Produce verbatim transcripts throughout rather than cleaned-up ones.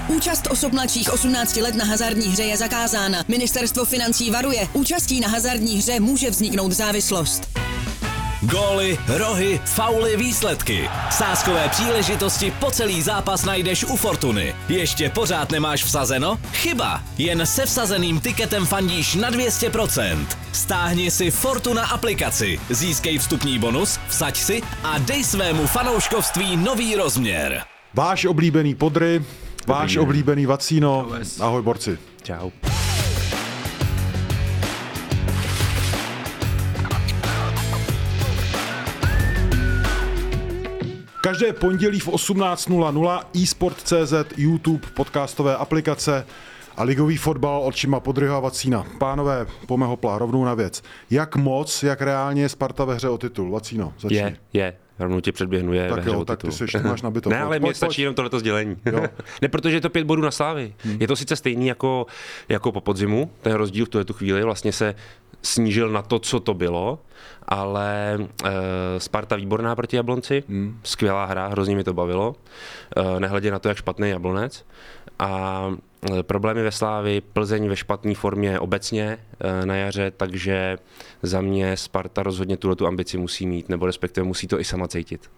Účast osob mladších osmnácti let na hazardní hře je zakázána. Ministerstvo financí varuje, účastí na hazardní hře může vzniknout závislost. Góly, rohy, fauly, výsledky. Sázkové příležitosti po celý zápas najdeš u Fortuny. Ještě pořád nemáš vsazeno? Chyba! Jen se vsazeným tiketem fandíš na dvě stě procent. Stáhni si Fortuna aplikaci, získej vstupní bonus, vsaď si a dej svému fanouškovství nový rozměr. Váš oblíbený Podry, váš Dobrý oblíbený Vacíno. Ahoj borci. Čau. Každé pondělí v osmnáct nula nula eSport tečka cé zet, YouTube, podcastové aplikace a ligový fotbal očima Podryho a Vacína. Pánové, pojďme hopla, rovnou na věc. Jak moc, jak reálně je Sparta ve hře o titul? Vacíno, začni. Je, je. Rovnou tě předběhnu, je tak ve hře jo, o tak titul. ty si ještě máš nabito. Ne, ale mně stačí jenom tohleto sdělení. Ne, protože je to pět bodů na Slávy. Hmm. Je to sice stejný jako, jako po podzimu, ten rozdíl v tuhle chvíli vlastně se snížil na to, co to bylo, ale e, Sparta výborná proti Jablonci, hmm. skvělá hra, hrozně mi to bavilo, e, nehledě na to, jak špatný Jablonec. A e, problémy ve Slávi, Plzeň ve špatné formě obecně e, na jaře, takže za mě Sparta rozhodně tuhletu ambici musí mít, nebo respektive musí to i sama cítit.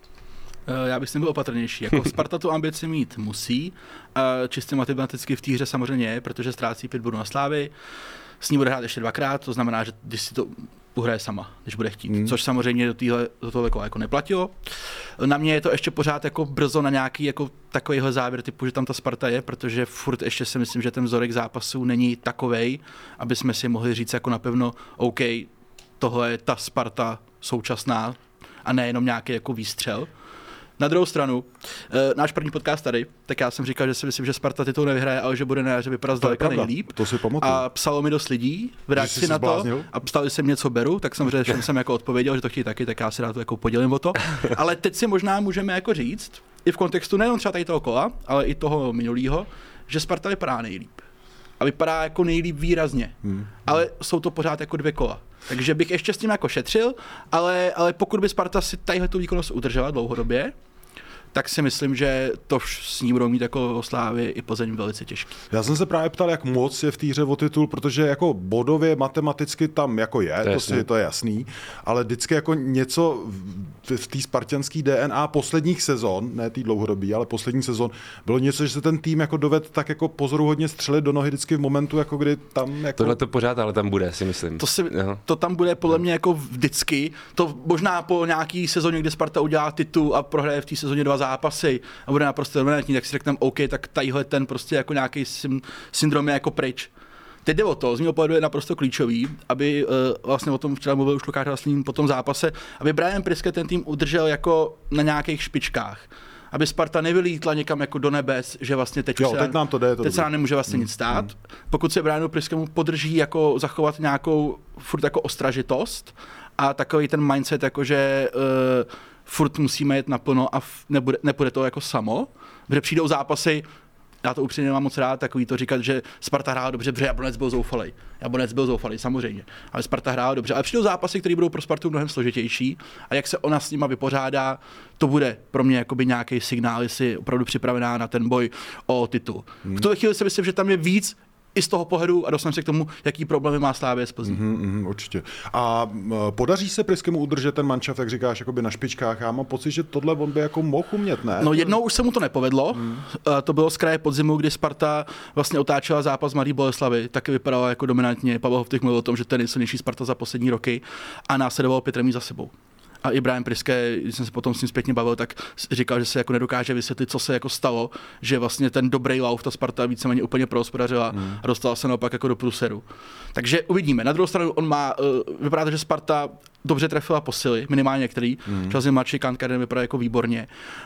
Já bych s tím byl opatrnější. Jako Sparta tu ambici mít musí, čistě matematicky v té hře samozřejmě je, protože ztrácí pět bodů na Slávy, s ní bude hrát ještě dvakrát, to znamená, že když si to uhraje sama, když bude chtít, mm. což samozřejmě do, týhle, do tohle kola jako neplatilo. Na mě je to ještě pořád jako brzo na nějaký jako takovýhle závěr typu, že tam ta Sparta je, protože furt ještě si myslím, že ten vzorek zápasů není takovej, aby jsme si mohli říct jako napevno, OK, tohle je ta Sparta současná a ne jenom nějaký jako výstřel. Na druhou stranu, náš první podcast tady, tak já jsem říkal, že si myslím, že Sparta titul nevyhraje, ale že bude na jaře vypadat zdaleka nejlíp. To si pamatuju. A psalo mi dost lidí v reakci na to a psali jsem něco beru, tak samozřejmě všem jsem jako odpověděl, že to chtějí taky, tak já si rád to jako podělím o to. Ale teď si možná můžeme jako říct, i v kontextu nejen třeba tady toho kola, ale i toho minulého, že Sparta vypadá nejlíp. A vypadá jako nejlíp výrazně. Hmm. Ale jsou to pořád jako dvě kola. Takže bych ještě s tím jako šetřil, ale, ale pokud by Sparta si tadyhle tu výkonnost udržela dlouhodobě, tak si myslím, že to s ní budou mít jako Slávy i Plzeň velice těžký. Já jsem se právě ptal, jak moc je v té hře o titul, protože jako bodově, matematicky tam jako je, to, to, si, to je jasný, ale vždycky jako něco v, v té spartanské D N A posledních sezon, ne té dlouhodobí, ale poslední sezon, bylo něco, že se ten tým jako doved tak jako pozoruhodně střelit do nohy vždycky v momentu, jako kdy tam jako... Tohle to pořád, ale tam bude, si myslím. To, si, to tam bude podle mě jako vždycky, to možná po nějaký sezóně, kdy Sparta udělá titul a prohraje v té sezóně dva zápasy a bude naprosto dominantní, tak si řekneme, OK, tak tadyhle ten prostě jako nějaký syndrom je jako pryč. Teď jde o to, z mého pohledu je naprosto klíčový, aby uh, vlastně o tom včera mluvil už Lukáš Raslín po tom zápase, aby Brian Priske ten tým udržel jako na nějakých špičkách. Aby Sparta nevylítla někam jako do nebes, že vlastně teď, jo, se, teď, nám to jde, to teď se nám nemůže vlastně hmm. nic stát. Hmm. Pokud se Brianu Priskemu podrží jako zachovat nějakou furt jako ostražitost a takový ten mindset, jako že uh, furt musíme jet naplno a nebude, nepůjde to jako samo, protože přijdou zápasy, já to upřímně nemám moc rád, takový to říkat, že Sparta hrála dobře, protože Jablonec byl zoufalej. Jablonec byl zoufalej, samozřejmě, ale Sparta hrála dobře. Ale přijdou zápasy, které budou pro Spartu mnohem složitější a jak se ona s nima vypořádá, to bude pro mě jakoby nějaký signál, jestli opravdu připravená na ten boj o titul. Hmm. V tuhle chvíli si myslím, že tam je víc i z toho pohledu a dostaneme se k tomu, jaký problémy má Slávě z Plzní. Mm, mm, určitě. A podaří se Priskemu udržet ten manšaft, jak říkáš, jakoby na špičkách? Já mám pocit, že tohle on by jako mohl umět, ne? No jednou už se mu to nepovedlo. Mm. To bylo z kraje podzimu, kdy Sparta vlastně otáčela zápas Mladé Boleslavi. Taky vypadala jako dominantně. Pavel Hovtych mluvil o tom, že to je nejsilnější Sparta za poslední roky a následovalo pět remíz za sebou. A i Brian Priske, když jsem se potom s ním zpětně bavil, tak říkal, že se jako nedokáže vysvětlit, co se jako stalo, že vlastně ten dobrý lauf ta Sparta víceméně úplně prohospodařila hmm. a dostala se naopak jako do průseru. Takže uvidíme. Na druhou stranu on má, vypadá to, že Sparta dobře trefila posily, minimálně některý. Hmm. Časem mladší Kantkaren vypadá jako výborně.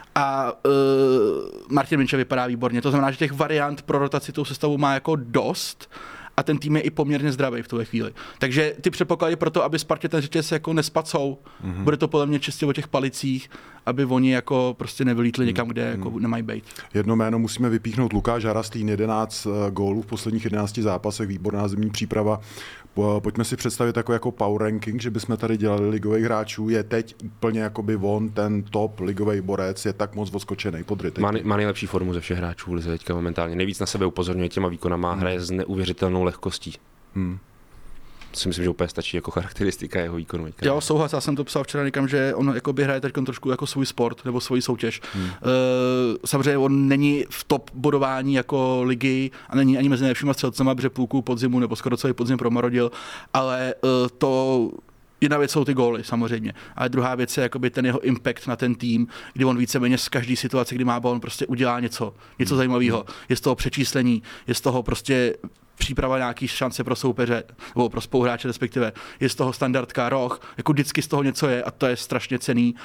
A uh, Martin Minče vypadá výborně. To znamená, že těch variant pro rotaci tou sestavu má jako dost. A ten tým je i poměrně zdravý v tuhle chvíli. Takže ty předpoklady pro to, aby Spartě ten řetěz jako nespacou, mm-hmm. bude to podle mě čistě o těch palicích aby oni jako prostě nevylítli někam, kde jako nemají být. Jedno jméno musíme vypíchnout, Lukáš Harastlín, jedenáct gólů v posledních jedenácti zápasech, výborná zimní příprava. Pojďme si představit jako, jako power ranking, že bychom tady dělali ligových hráčů, je teď úplně jakoby on, ten top ligový borec, je tak moc odskočený, podrytej. Má, má nejlepší formu ze všech hráčů v lize teďka momentálně, nejvíc na sebe upozorňuje těma výkonama, hmm. hraje s neuvěřitelnou lehkostí. Hmm. Si myslím, že úplně stačí jako charakteristika jeho výkonu. Jo, souhlas, já jsem to psal včera někam, že on jakoby hraje teď trošku jako svůj sport nebo svoji soutěž. Hmm. Uh, samozřejmě on není v top bodování jako ligy a není ani mezi nejlepšíma střelcema, protože půlku podzimu nebo skoro celý podzim promarodil, ale uh, to jedna věc jsou ty góly samozřejmě, ale druhá věc je jakoby ten jeho impact na ten tým, kdy on víceméně z každé situace, kdy má balon, prostě udělá něco, něco zajímavého. Je z toho přečíslení, je z toho prostě příprava nějaký šance pro soupeře, nebo pro spoluhráče respektive, je z toho standardka, roh, jako vždycky z toho něco je a to je strašně cenný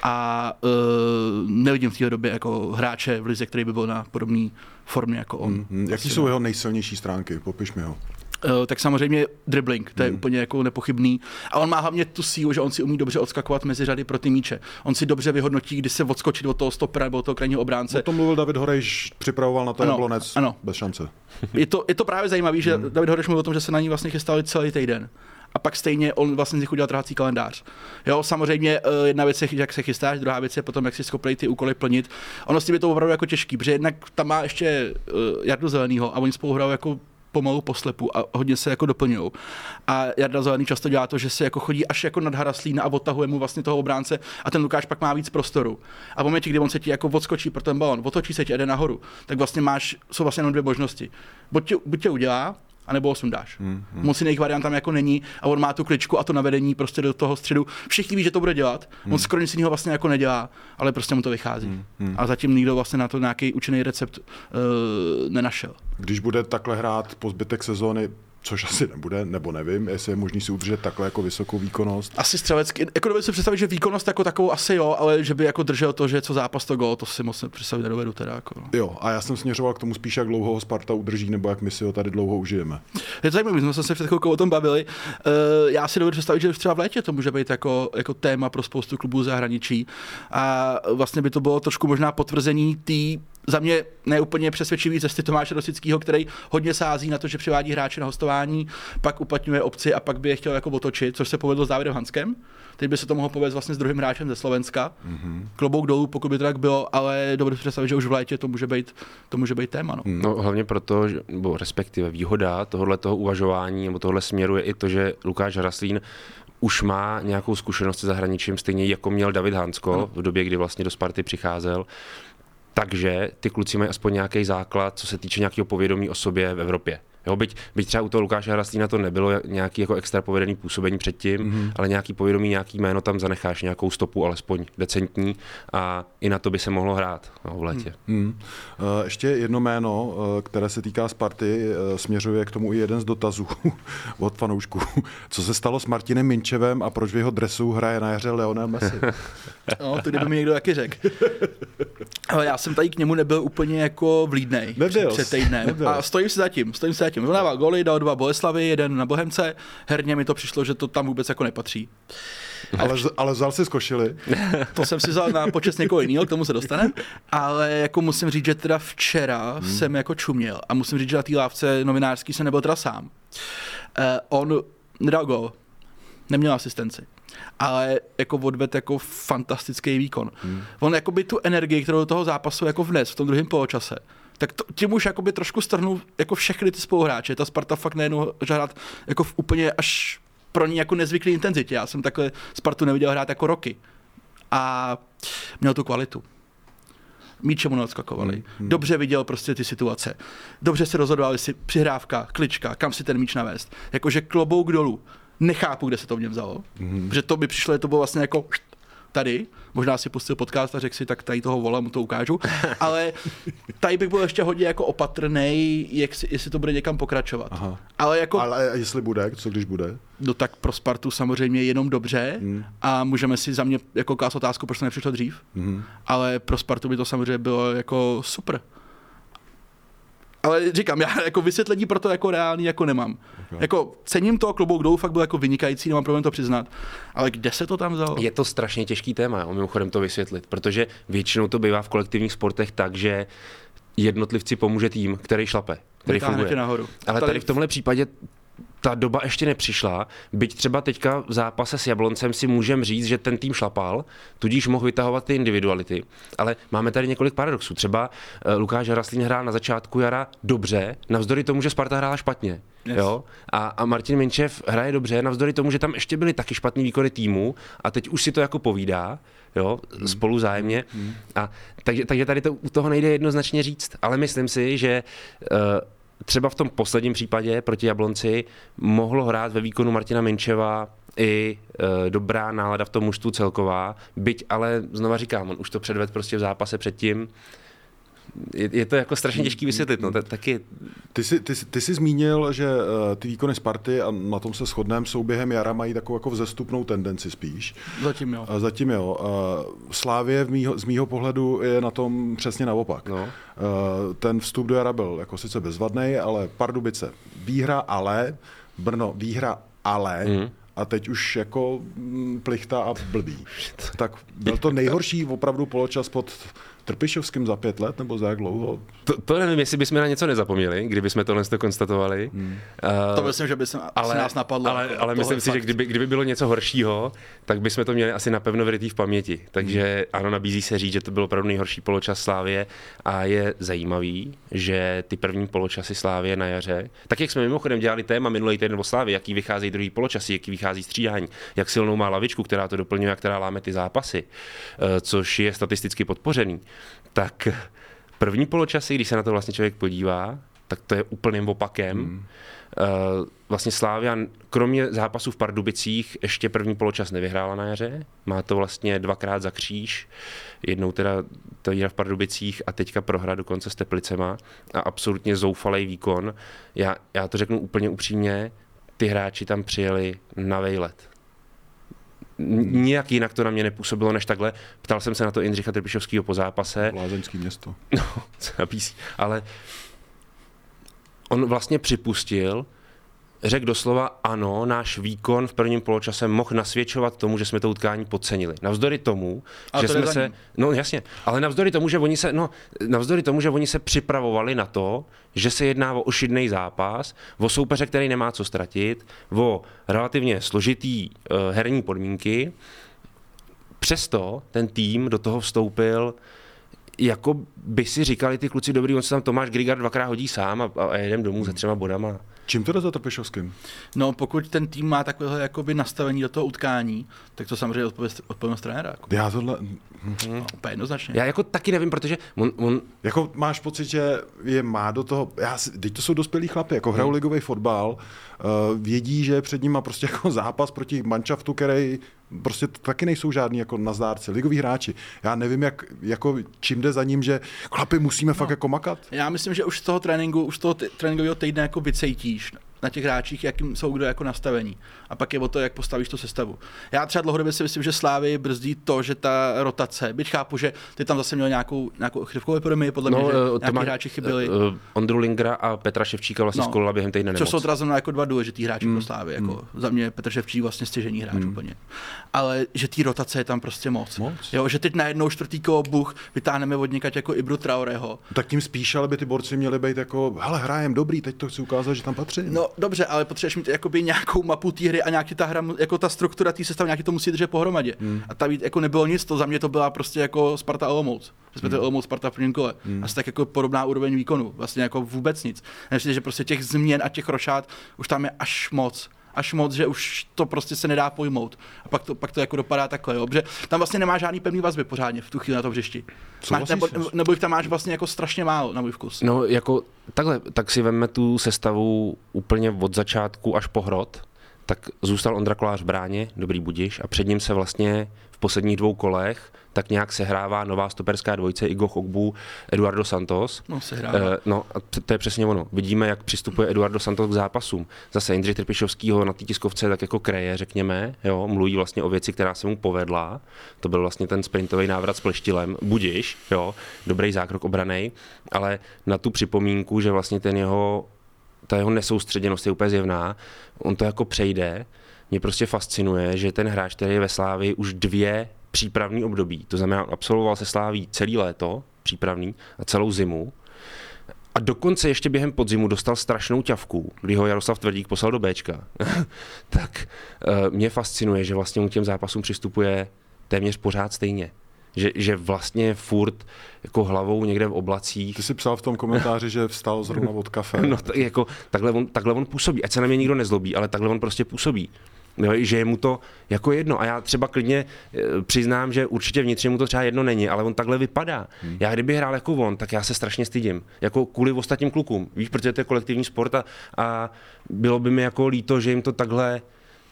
a uh, nevidím v té době jako hráče v lize, který by byl na podobné formě jako on. Mm, mm. Jaký jsou jeho nejsilnější stránky? Popiš mi ho. Uh, tak samozřejmě dribbling, to je hmm. úplně jako nepochybný. A on má hlavně tu sílu, že on si umí dobře odskakovat mezi řady pro ty míče. On si dobře vyhodnotí, kdy se odskočit od toho stopera nebo od toho krajního obránce. O tom mluvil David Horejš, připravoval na to Jablonec bez šance. Je to, je to právě zajímavé, že hmm. David Horejš mluvil o tom, že se na ní vlastně chystali celý týden. A pak stejně on vlastně si udělal trhací kalendář. Jo, samozřejmě jedna věc je, jak se chystáš, druhá věc je potom, jak si schopný ty úkoly plnit. Ono s tím je to opravdu jako těžký, protože jednak tam má ještě uh, Jardu Zelenýho a oni spolu hrajou jako pomalu poslepu a hodně se jako doplňují. A Jarda Zelený často dělá to, že se jako chodí až jako nad Harastlína a odtahuje mu vlastně toho obránce a ten Lukáš pak má víc prostoru. A v momentě, kdy on se ti jako odskočí pro ten balon, otočí se ti a jde nahoru, tak vlastně máš, jsou vlastně jenom dvě možnosti. Buď tě, buď tě udělá, anebo ho sundáš. Hmm, hmm. Moc jiných variant tam jako není a on má tu kličku a to navedení prostě do toho středu. Všichni ví, že to bude dělat. Hmm. On skoro nic jiného vlastně jako nedělá, ale prostě mu to vychází. Hmm, hmm. A zatím nikdo vlastně na to nějaký účinný recept uh, nenašel. Když bude takhle hrát po zbytek sezóny, což asi nebude, nebo nevím, jestli je možný si udržet takhle jako vysokou výkonnost. Asi střelecky, jako dovedu si představit, že výkonnost jako takovou asi jo, ale že by jako držel to, že co zápas to gól, to si moc představit nedovedu teda. Jako. Jo, a já jsem směřoval k tomu spíš, jak dlouho ho Sparta udrží, nebo jak my si ho tady dlouho užijeme. Je to zajímavé, my jsme se před chvilkou o tom bavili. Uh, já si dovedu představit, že třeba v létě to může být jako, jako téma pro spoustu klubů zahraničí a vlastně by to bylo trošku možná potvrzení té za mě neúplně přesvědčivý cesty Tomáše Rosického, který hodně sází na to, že přivádí hráče na hostování, pak uplatňuje opci a pak by je chtěl jako otočit, což se povedlo s Dávidem Hanskem. Teď by se to mohlo povést vlastně s druhým hráčem ze Slovenska. Mm-hmm. Klobouk dolů, pokud by to tak bylo, ale dobře představit, že už v létě to může být, to může být téma. No. no hlavně proto, že, bo respektive výhoda tohohle toho uvažování nebo tohle směru je i to, že Lukáš Harastlín už má nějakou zkušenost se zahraničím, stejně jako měl David Hansko no. v době, kdy vlastně do Sparty přicházel. Takže ty kluci mají aspoň nějaký základ, co se týče nějakého povědomí o sobě v Evropě. Jo, byť, byť třeba u toho Lukáše Harastlína to nebylo nějaký jako extra povedený působení předtím, mm-hmm. ale nějaký povědomí, nějaký jméno tam zanecháš, nějakou stopu alespoň decentní a i na to by se mohlo hrát no, v létě. Mm. Uh, ještě jedno jméno, uh, které se týká Sparty, uh, směřuje k tomu i jeden z dotazů od fanoušků. Co se stalo s Martinem Minčevem a proč v jeho dresu hraje na jaře Lionel Messi? No, to kdyby mi někdo taky řekl. Ale já jsem tady k němu nebyl úplně jako vlídnej před týdnem. Nebyl. A stojím si zatím, stojím si zatím. On dával góly, dal dva Boleslavy, jeden na Bohemce. Herně mi to přišlo, že to tam vůbec jako nepatří. Ale, ale vzal si z košily. To jsem si vzal na počest někoho jiného, k tomu se dostaneme. Ale jako musím říct, že teda včera hmm. jsem jako čuměl. A musím říct, že na té lávce novinářský jsem nebyl teda sám. Uh, on nedal gól, neměl asistenci. Ale jako odved jako fantastický výkon. Hmm. On jakoby tu energii, kterou do toho zápasu jako vnes v tom druhém poločase, tak to, tím už jakoby trošku strhnul jako všechny ty spoluhráče. Ta Sparta fakt najednou hrát jako v úplně až pro ní jako nezvyklý intenzitě. Já jsem takhle Spartu neviděl hrát jako roky. A měl tu kvalitu. Míče mu neodskakovali. Hmm, hmm. Dobře viděl prostě ty situace. Dobře se rozhodovali si přihrávka, klička, kam si ten míč navést. Jakože klobouk dolů. Nechápu, kde se to v něm vzalo. Mm-hmm. Protože to by přišlo, to bylo vlastně jako tady. Možná si pustil podcast a řekl si, tak tady toho vola mu to ukážu. Ale tady bych byl ještě hodně jako opatrnej, jak si, jestli to bude někam pokračovat. Aha. Ale, jako, Ale jestli bude, co když bude? No tak pro Spartu samozřejmě jenom dobře mm. a můžeme si za mě jako klást otázku, proč to nepřišlo dřív. Mm. Ale pro Spartu by to samozřejmě bylo jako super. Ale říkám, já jako vysvětlení pro to jako reálný jako nemám. Okay. Jako cením to, klobouk dolů, fakt byl jako vynikající, nemám problém to přiznat, ale kde se to tam vzalo? Je to strašně těžký téma, o mimochodem to vysvětlit, protože většinou to bývá v kolektivních sportech tak, že jednotlivci pomůže tým, který šlape, který funguje. Nahoru. Ale tady v tomhle případě ta doba ještě nepřišla, byť třeba teďka v zápase s Jabloncem si můžeme říct, že ten tým šlapal, tudíž mohl vytahovat ty individuality, ale máme tady několik paradoxů. Třeba uh, Lukáš Haraslín hrál na začátku jara dobře, navzdory tomu, že Sparta hrála špatně. Yes. Jo? A, a Martin Minčev hraje dobře, navzdory tomu, že tam ještě byly taky špatný výkony týmu a teď už si to jako povídá, jo, hmm. spolu zájemně. Hmm. A, takže, takže tady to u toho nejde jednoznačně říct, ale myslím si, že uh, třeba v tom posledním případě proti Jablonci mohlo hrát ve výkonu Martina Minčeva i e, dobrá nálada v tom mužstvu celková, byť ale znova říkám, on už to předvedl prostě v zápase předtím. Je, je to jako strašně těžký vysvětlit, no, t- taky... Ty jsi, ty, ty jsi zmínil, že uh, ty výkony Sparty, a na tom se shodneme, souběhem jara mají takovou jako vzestupnou tendenci spíš. Zatím jo. Uh, zatím jo. Uh, Slávie v mýho, z mýho pohledu je na tom přesně naopak. No. Uh, ten vstup do jara byl jako sice bezvadnej, ale Pardubice výhra, ale Brno výhra, ale... Mm. A teď už jako plichta a blbý. Tak byl to nejhorší opravdu poločas pod Trpišovským za pět let, nebo za jak dlouho? To, to nevím, jestli bychom na něco nezapomněli, kdyby jsme tohle konstatovali. Hmm. Uh, to myslím, že by se ale, nás napadlo. Ale, jako ale myslím si, fakt. že kdyby, kdyby bylo něco horšího, tak bychom to měli asi napevno vrytý v paměti. Takže hmm. ano, nabízí se říct, že to byl opravdu nejhorší poločas Slávie a je zajímavý, že ty první poločasy Slávie na jaře, tak jak jsme mimochodem dělali téma minulý týden o Slávii, jaký vycházejí druhý poločasy, jaký vychází střídání, jak silnou má lavičku, která to doplňuje a která láme ty zápasy, což je statisticky podpořený. Tak první poločasy, když se na to vlastně člověk podívá, tak to je úplným opakem. Hmm. Vlastně Slavia, kromě zápasů v Pardubicích, ještě první poločas nevyhrála na jaře. Má to vlastně dvakrát za kříž. Jednou teda to výhra v Pardubicích a teďka prohra dokonce s Teplicema. A absolutně zoufalej výkon. Já, já to řeknu úplně upřímně, ty hráči tam přijeli na vejlet. Nijak jinak to na mě nepůsobilo než takhle. Ptal jsem se na to Jindřicha Trpišovského po zápase. Lázeňský město. No, se nabízí. Ale on vlastně připustil, řekl doslova ano, náš výkon v prvním poločase mohl nasvědčovat tomu, že jsme to utkání podcenili. Navzdory tomu, a že to jsme se, no jasně, ale navzdory tomu, že oni se, no, navzdory tomu, že oni se připravovali na to, že se jedná o ošidný zápas, o soupeře, který nemá co ztratit, o relativně složitý uh, herní podmínky. Přesto ten tým do toho vstoupil, jako by si říkali ty kluci, dobrý, on se tam Tomáš Grigard dvakrát hodí sám a, a jedem domů se třema bodama. Čím to jde za Trpišovským? No, pokud ten tým má takovéhle jakoby nastavení do toho utkání, tak to samozřejmě odpovědnost trenéra. Jako. Já tohle... No, úplně jednoznačně. Já jako taky nevím, protože on, on... Jako máš pocit, že je má do toho... Já, teď to jsou dospělí chlapi, jako hrajou ligový fotbal, uh, vědí, že je před nima prostě jako zápas proti manšaftu, který prostě taky nejsou žádní jako nazdárci, ligoví hráči. Já nevím, jak, jako, čím jde za ním, že chlapi musíme no, fakt jako makat. Já myslím, že už z toho tréninku, už z toho t- tréninkového týdne jako vycejtíš na těch hráčích, jakým jsou kdo jako nastavení. A pak je o to, jak postavíš tu sestavu. Já třeba dlouhodobě si myslím, že Slávy brzdí to, že ta rotace, byť chápu, že ty tam zase měl nějakou, nějakou chřipkovou epidemii, podle no, mě, že uh, nějaký má, hráči chyběli. Uh, Ondru Lingra a Petra Ševčíka vlastně no, skolila během týdne nemoc. Co jsou teda znamená jako dva důležitý hráči mm. pro Slávy. Jako mm. Za mě Petr Ševčík vlastně stěžení hráč mm. úplně. Ale že ty rotace je tam prostě moc. moc. Jo, že teď najednou čtvrtý kolo buch vytáhneme od někať jako Ibru Traoreho. Tak tím spíš, ale by ty borci měli být jako, hele, hrajem dobrý, teď to chci ukázat, že tam patří. No dobře, ale potřebuješ mít jakoby nějakou mapu té hry a nějaký ta hra, jako ta struktura té sestavy, nějaký to musí držet pohromadě. Hmm. A tam jako nebylo nic, to za mě to byla prostě jako Sparta Olomouc. Respektive hmm. Olomouc Sparta v prvním kole. Hmm. Asi tak jako podobná úroveň výkonu, vlastně jako vůbec nic. Myslím, že prostě těch změn a těch rošát už tam je až moc. Až moc, že už to prostě se nedá pojmout. A pak to, pak to jako dopadá takhle, jo. Protože tam vlastně nemá žádný pevný vazby pořádně v tu chvíli na tom hřišti. Máš, nebo, nebo jich tam máš vlastně jako strašně málo na můj vkus. No jako takhle, tak si vemme tu sestavu úplně od začátku až po hrot. tak zůstal Ondra Kolář v bráně, dobrý budiš, a před ním se vlastně v posledních dvou kolech tak nějak sehrává nová stoperská dvojice Igo Ogbu, Eduardo Santos. No, sehrává. Uh, no a to je přesně ono. Vidíme, jak přistupuje Eduardo Santos k zápasům. Zase Jindřich Trpišovský ho na té tiskovce tak jako kreje, řekněme, jo, mluví vlastně o věci, která se mu povedla. To byl vlastně ten sprintový návrat s pleštilem. Budiš, jo, dobrý zákrok obranej, ale na tu připomínku, že vlastně ten jeho ta jeho nesoustředěnost je úplně zjevná, on to jako přejde. Mě prostě fascinuje, že ten hráč, který je ve Slávii už dvě přípravný období, to znamená, absolvoval se Sláví celý léto přípravný a celou zimu, a dokonce ještě během podzimu dostal strašnou ťavku, kdy ho Jaroslav Tvrdík poslal do Béčka. Tak uh, mě fascinuje, že vlastně u těm zápasům přistupuje téměř pořád stejně. Že, že vlastně furt jako hlavou někde v oblacích. Ty jsi psal v tom komentáři, že vstal zrovna od kafe. No tak, jako, takhle, on, takhle on působí, ať se na mě nikdo nezlobí, ale takhle on prostě působí. Jo, že je mu to jako jedno, a já třeba klidně e, přiznám, že určitě vnitřně mu to třeba jedno není, ale on takhle vypadá. Hmm. Já kdyby hrál jako on, tak já se strašně stydím, jako kvůli ostatním klukům, víš, protože to je kolektivní sport a, a bylo by mi jako líto, že jim to takhle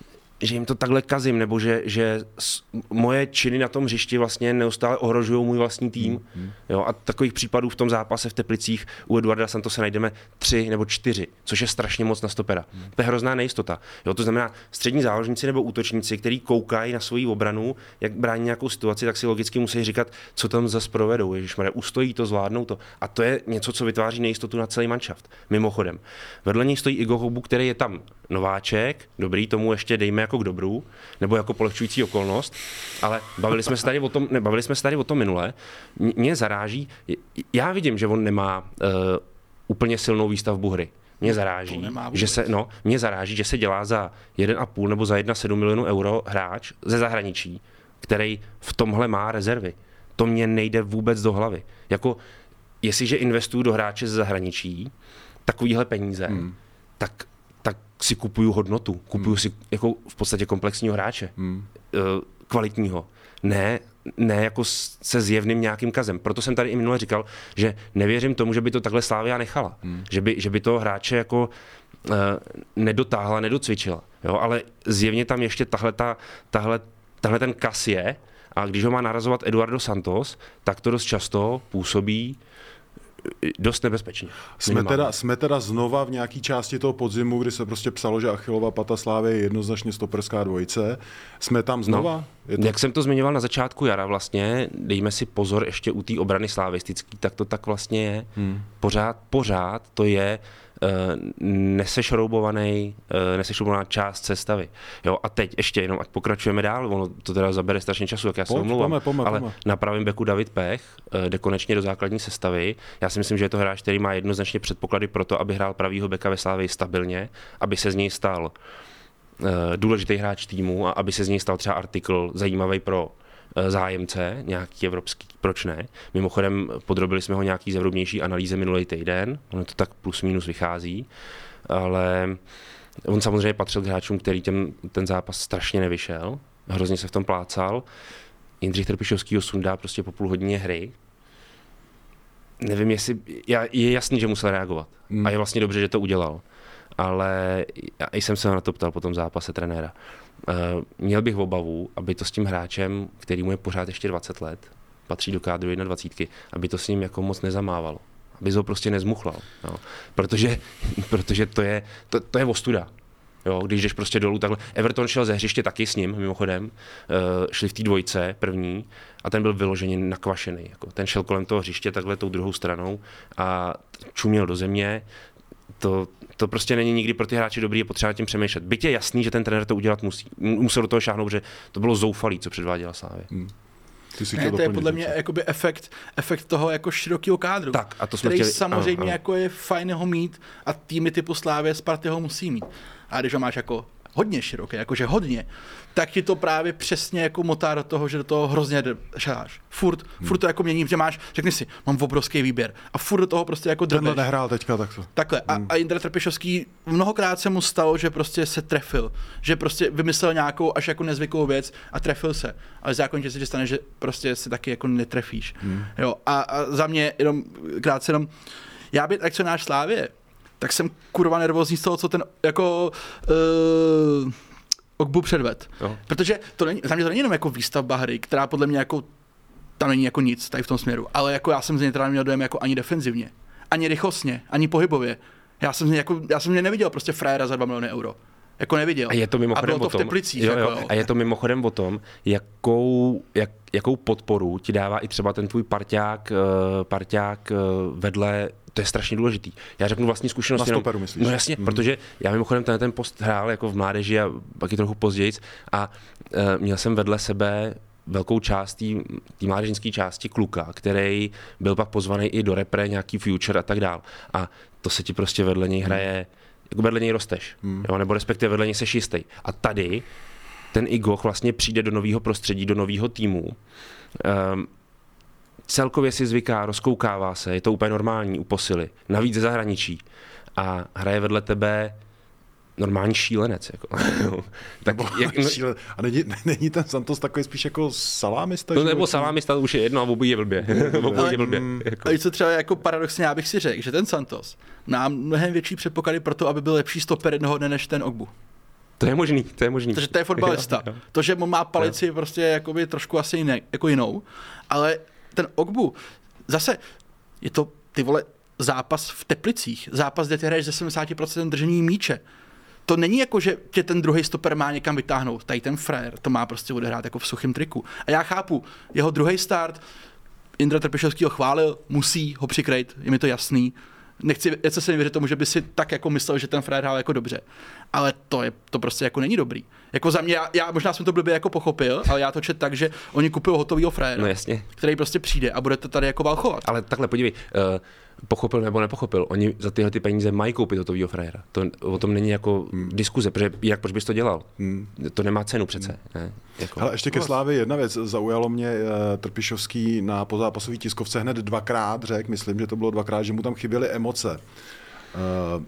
že jim to takhle kazím, nebo že, že moje činy na tom hřišti vlastně neustále ohrožují můj vlastní tým. Mm. Jo, a takových případů v tom zápase v Teplicích u Eduarda Santose najdeme tři nebo čtyři, což je strašně moc na stopera. Mm. To je hrozná nejistota. Jo, to znamená, střední záložníci nebo útočníci, kteří koukají na svoji obranu, jak brání nějakou situaci, tak si logicky musí říkat, co tam zase provedou. Ježišmarja, ustojí to, zvládnou to. A to je něco, co vytváří nejistotu na celý manšaft. Mimochodem, vedle něj stojí Igo Ogbu, který je tam nováček, dobrý, tomu ještě dejme jako k dobru, nebo jako polehčující okolnost, ale bavili jsme se tady o tom, ne, bavili jsme se tady o tom minule. Mě zaráží, já vidím, že on nemá uh, úplně silnou výstavbu hry. Mě zaráží, že se, no, mě zaráží, že se dělá za jeden a půl nebo za jedna celá sedm milionů euro hráč ze zahraničí, který v tomhle má rezervy. To mě nejde vůbec do hlavy. Jako, jestliže investuju do hráče ze zahraničí takovýhle peníze, hmm. tak si kupuju hodnotu, kupuju hmm. si jako v podstatě komplexního hráče, hmm. kvalitního. Ne, ne jako se zjevným nějakým kazem. Proto jsem tady i minule říkal, že nevěřím tomu, že by to takhle Slavia nechala. Hmm. Že, by, že by to hráče jako uh, nedotáhla, nedocvičila. Jo? Ale zjevně tam ještě tahle, ta, tahle, tahle ten kas je, a když ho má narazovat Eduardo Santos, tak to dost často působí dost nebezpečně. Jsme teda, jsme teda znova v nějaké části toho podzimu, kdy se prostě psalo, že Achillova pata Slávy je jednoznačně stoperská dvojice. Jsme tam znova? No, je to... Jak jsem to zmiňoval na začátku jara vlastně, dejme si pozor ještě u té obrany slavistický, tak to tak vlastně je. Hmm. Pořád, pořád to je uh, nesešroubovaný, uh, nesešroubovaná část sestavy. Jo, a teď ještě jenom, ať pokračujeme dál, ono to teda zabere strašně času, jak já se omlouvám, ale pome. Na pravém beku David Pech uh, jde konečně do základní sestavy. Já si myslím, že je to hráč, který má jednoznačně předpoklady pro to, aby hrál pravýho beka ve Slavii stabilně, aby se z něj stal uh, důležitý hráč týmu a aby se z něj stal třeba artikl zajímavý pro uh, zájemce, nějaký evropský, proč ne. Mimochodem podrobili jsme ho nějaký zevrubnější analýze minulý týden, ono to tak plus minus vychází, ale on samozřejmě patřil k hráčům, který těm, ten zápas strašně nevyšel, hrozně se v tom plácal. Jindřich Trpišovský ho sundá prostě po půl hodině hry. Nevím, jestli, je jasný, že musel reagovat hmm. a je vlastně dobře, že to udělal, ale já jsem se na to ptal po tom zápase trenéra. Uh, měl bych obavu, aby to s tím hráčem, který mu je pořád ještě dvacet let, patří do kádru dvacet jedna, aby to s ním jako moc nezamávalo, aby ho prostě nezmuchlal, no. protože, protože to je, to, to je ostuda. Jo, když jdeš prostě dolů takhle. Everton šel ze hřiště taky s ním, mimochodem, uh, šli v té dvojce první a ten byl vyloženě nakvašený. Jako. Ten šel kolem toho hřiště takhle tou druhou stranou a čuměl do země. To, to prostě není nikdy pro ty hráče dobrý, je potřeba tím přemýšlet. Byť je jasný, že ten trenér to udělat musí. Musel do toho šáhnout, že to bylo zoufalý, co předváděla Slavia. Hmm. Ne, to je podle mě jakoby efekt, efekt toho jako širokého kádru, tak, a to jsme který chtěli... samozřejmě ano, ano. jako je fajn ho mít a týmy typu Slávie, Sparty ho musí mít. A když ho máš jako hodně široké, jakože hodně, tak ti to právě přesně jako motá do toho, že do toho hrozně šáš. Furt, hmm. furt to jako mění, že máš, řekni si, mám obrovský výběr a furt do toho prostě jako drbeš. Tenhle nehrál teďka takto. Takhle. A, hmm. a Jindra Trpišovský mnohokrát se mu stalo, že prostě se trefil, že prostě vymyslel nějakou až jako nezvyklou věc a trefil se. Ale zákonitě se stane, že prostě se taky jako netrefíš. Hmm. Jo. A, a za mě jenom krátce jenom, já být akcionář Slávie, tak jsem kurva nervózní z toho, co ten jako uh, Ogbu předved. No. Protože to není, za mě to není jenom jako výstavba hry, která podle mě jako tam není jako nic tady v tom směru, ale jako já jsem z něj teda neměl dojem jako ani defenzivně, ani rychlostně, ani pohybově. Já jsem z něj jako, já jsem z něj neviděl prostě frajera za dva miliony euro. Jako neviděl. A je to mimochodem a bylo to o tom, v Teplicích. jo, jako, jo. jo. A je to mimochodem o tom, jakou, jak, jakou podporu ti dává i třeba ten tvůj parťák, uh, parťák uh, vedle, to je strašně důležitý. Já řeknu vlastní zkušenost. Na stoperu myslíš? No jasně, hmm. protože já mimochodem ten, ten post hrál jako v mládeži a pak i trochu později a uh, měl jsem vedle sebe velkou část té mládežnické části kluka, který byl pak pozvaný i do repre, nějaký future a tak dál. A to se ti prostě vedle něj hraje, jako vedle něj rosteš, hmm. jo, nebo respektive vedle něj seš jistý. A tady ten Igoch vlastně přijde do nového prostředí, do nového týmu. Um, celkově si zvyká, rozkoukává se, je to úplně normální u posily. Navíc ze zahraničí. A hraje vedle tebe normální šílenec. Jako. tak jak, no, šílen. A není, není ten Santos takový spíš jako salámista? No nebo salámista už je jedno a obojí je blbě. obojí je blbě. Jako. A co třeba jako paradoxně, já bych si řekl, že ten Santos má mnohem větší předpoklady pro to, aby byl lepší stoper jednoho dne než ten Ogbu. To je možný, to je možný. Protože to je fotbalista. Jo, jo. To, že on má palici jo. prostě jakoby trošku asi jiné, jako jinou, ale ten Ogbu, zase je to, ty vole, zápas v Teplicích, zápas, kde ty hraješ ze sedmdesát procent držení míče. To není jako, že tě ten druhý stoper má někam vytáhnout. Tady ten frajer to má prostě odehrát jako v suchém triku. A já chápu, jeho druhý start, Indra Trpišovský ho chválil, musí ho přikrejt, je mi to jasný. Nechci, já se nevěřit tomu, že by si tak jako myslel, že ten frajer hrál jako dobře. Ale to, je, to prostě jako není dobrý. Jako za mě, já, já možná jsem to blbě jako pochopil, ale já to čet tak, že oni kupují hotovýho frajera, no jasně. který prostě přijde a bude to tady jako valchovat. Ale takhle podívej, uh, pochopil nebo nepochopil, oni za tyhle ty peníze mají koupit hotovýho frajera. To o tom není jako hmm. diskuze, protože jak proč bys to dělal? Hmm. To nemá cenu přece. Hmm. Ne? Jako. Ale ještě ke Slávě jedna věc. Zaujalo mě uh, Trpišovský na pozápasové tiskovce hned dvakrát řekl, myslím, že to bylo dvakrát, že mu tam chyběly emoce. Uh,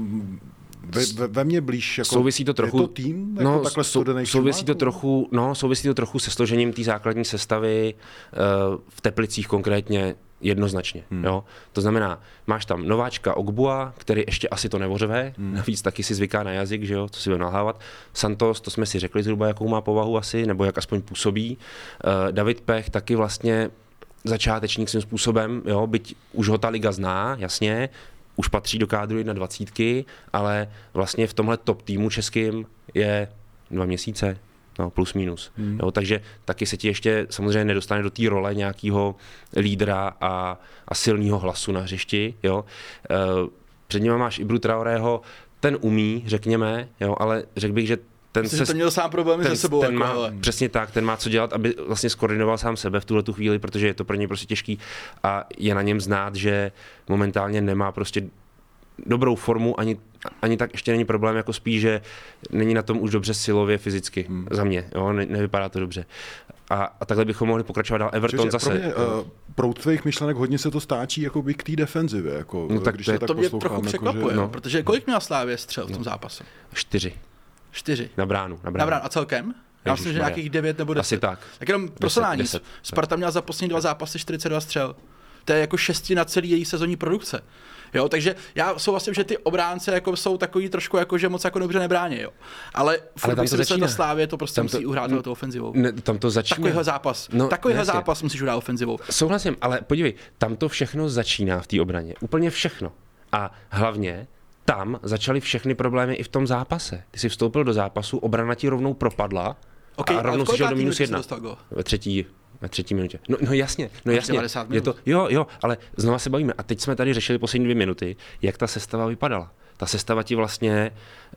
Ve, ve, ve mně blíž, jako souvisí to trochu, je to tým, jako no, takhle studený souvisí to trochu, no, souvisí to trochu se složením té základní sestavy uh, v Teplicích konkrétně jednoznačně. Hmm. Jo? To znamená, máš tam nováčka Ogbua, který ještě asi to nevořeve, hmm. navíc taky si zvyká na jazyk, že jo, co si bude nalhávat. Santos, to jsme si řekli zhruba, jakou má povahu asi, nebo jak aspoň působí. Uh, David Pech taky vlastně začátečník svým způsobem, jo, byť už ho ta liga zná, jasně, už patří do kádru na dvacítky, ale vlastně v tomhle top týmu českým je dva měsíce, no plus minus. Hmm. Jo, takže taky se ti ještě samozřejmě nedostane do té role nějakého lídra a, a silného hlasu na hřišti. Jo. E, před ním máš Ibru Traorého, ten umí, řekněme, jo, ale řekl bych, že ten Myslím, se, že to měl sám problémy ten, se sebou. Ten jako, má, ale. Přesně tak, ten má co dělat, aby vlastně skoordinoval sám sebe v tuhle tu chvíli, protože je to pro něj prostě těžký a je na něm znát, že momentálně nemá prostě dobrou formu, ani, ani tak ještě není problém, jako spíš, že není na tom už dobře silově, fyzicky, hmm. za mě, jo, ne, nevypadá to dobře. A, a takhle bychom mohli pokračovat dál. Everton Čiže zase. Pro mě, uh, proud tvých myšlenek hodně se to stáčí jakoby k té defenzivě, jako, no, tak když to, se tak to mě trochu jako, překvapuje, že... no. protože kolik měla Slávě střel v tom zápase? Čtyři. Čtyři. Na bránu. Na bránu. Na bránu. A celkem? Já myslím, že nějakých devět nebo deset. Asi tak. Tak jenom pro srovnání. Sparta měla za poslední dva zápasy čtyřicet dva střel. To je jako šestina celý její sezónní produkce. Jo, takže já souhlasím, že ty obránce jako jsou takový trošku jako, že moc jako dobře nebrání, jo. Ale furt bych si myslel, že Slávě to prostě tam musí to, uhrát to ofenzivou. Ne, tam to začíná. Takovýhle zápas. No, Takovýhle jasně. zápas musíš uhrát ofenzivou. Souhlasím, ale podívej, tam to všechno začíná v té obraně. Úplně všechno. A hlavně tam začaly všechny problémy i v tom zápase. Ty jsi vstoupil do zápasu, obrana ti rovnou propadla okay, a rovnou si šel do minus jedna. Ve třetí, ve třetí minutě. No, no jasně, no jasně. Je to, jo, jo, ale znova se bavíme. A teď jsme tady řešili poslední dvě minuty, jak ta sestava vypadala. Ta sestava ti vlastně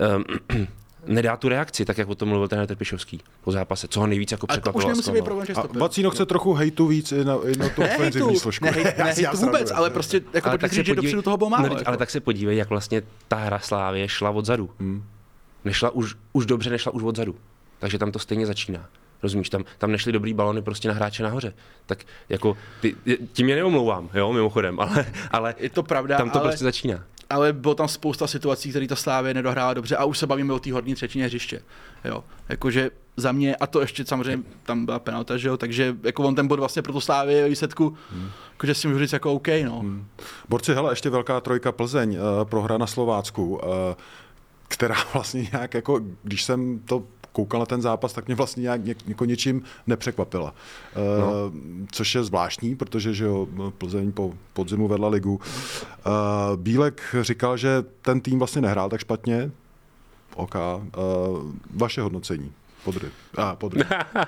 um, nedá tu reakci, tak jak o tom mluvil ten Trpišovský po zápase, co ho nejvíc jako překvapilo. A to už nemusí být problém, že stopil. A Vacíno chce trochu hejtu víc i na, i na tu ofenzivní složku. Ne, hejt, ne hejtu vůbec, ale prostě jako ale tak říct, že dopředu toho bylo málo. No, jako. Ale tak se podívej, jak vlastně ta hra Slávie šla odzadu. Hmm. Nešla už, už dobře, nešla už odzadu. Takže tam to stejně začíná. Rozumíš, tam, tam nešly dobrý balony prostě na hráče nahoře. Tak jako, ty, tím je neomlouvám, jo, mimochodem, ale, ale je to pravda, tam to ale, prostě začíná. Ale bylo tam spousta situací, které ta Slávě nedohrála dobře a už se bavíme o té horní třetině hřiště. Jo, jakože za mě, a to ještě samozřejmě tam byla penalta, že jo, takže jako on ten bod vlastně pro tu Slávě výsledku, hmm. jakože si můžu říct jako OK, no. Hmm. Borci, hele, ještě velká trojka Plzeň, uh, prohra na Slovácku. Uh, která vlastně nějak, jako, když jsem to koukal na ten zápas, tak mě vlastně nějak, ně, něko něčím nepřekvapila. No. Uh, což je zvláštní, protože že jo, Plzeň po podzimu vedla ligu. Uh, Bílek říkal, že ten tým vlastně nehrál tak špatně. OK. Uh, vaše hodnocení. Podryv. Ah, podryv.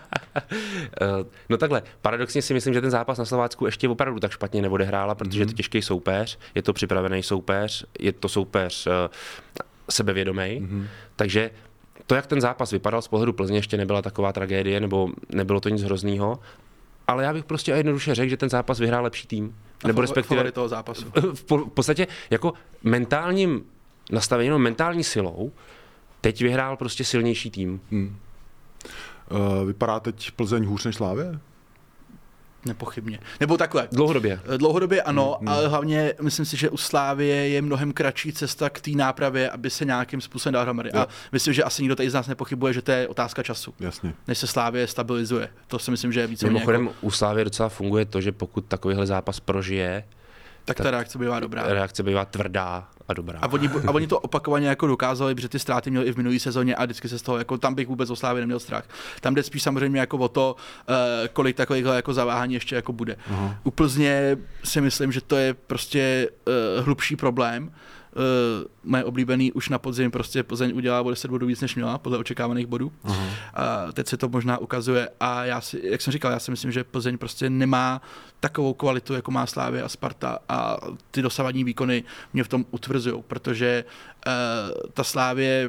No takhle, paradoxně si myslím, že ten zápas na Slovácku ještě opravdu tak špatně neodehrála, protože mm. je to těžký soupeř, je to připravený soupeř, je to soupeř uh, sebevědomý, mm. takže to, jak ten zápas vypadal z pohledu Plzně, ještě nebyla taková tragédie, nebo nebylo to nic hroznýho, ale já bych prostě jednoduše řekl, že ten zápas vyhrál lepší tým. A nebo respektive toho zápasu. V, v podstatě jako mentálním nastavením, mentální silou, teď vyhrál prostě silnější tým. Hmm. Uh, vypadá teď Plzeň hůř než Slavie? Nepochybně. Nebo takhle. Dlouhodobě. Dlouhodobě ano, hmm. ale hlavně myslím si, že u Slávie je mnohem kratší cesta k té nápravě, aby se nějakým způsobem dal hromady. A myslím, že asi nikdo tady z nás nepochybuje, že to je otázka času. Jasně. Než se Slávie stabilizuje. To si myslím, že je více. Mimochodem jako... u Slávie docela funguje to, že pokud takovýhle zápas prožije, tak ta reakce bývá dobrá. Reakce bývá tvrdá a dobrá. A oni, a oni to opakovaně jako dokázali, protože ty ztráty měli i v minulé sezóně a vždycky se z toho, jako tam bych vůbec o Slávě neměl strach. Tam jde spíš samozřejmě jako o to, uh, kolik takovýchhle jako zaváhání ještě jako bude. Uh-huh. U Plzně si myslím, že to je prostě uh, hlubší problém. Uh, moje oblíbený už na podzim prostě Plzeň udělala o deset bodů víc než měla, podle očekávaných bodů. Uh-huh. A teď se to možná ukazuje a já si, jak jsem říkal, já si myslím, že Plzeň prostě nemá takovou kvalitu, jako má Slavia a Sparta a ty dosavadní výkony mě v tom utvrzují, protože uh, ta Slavie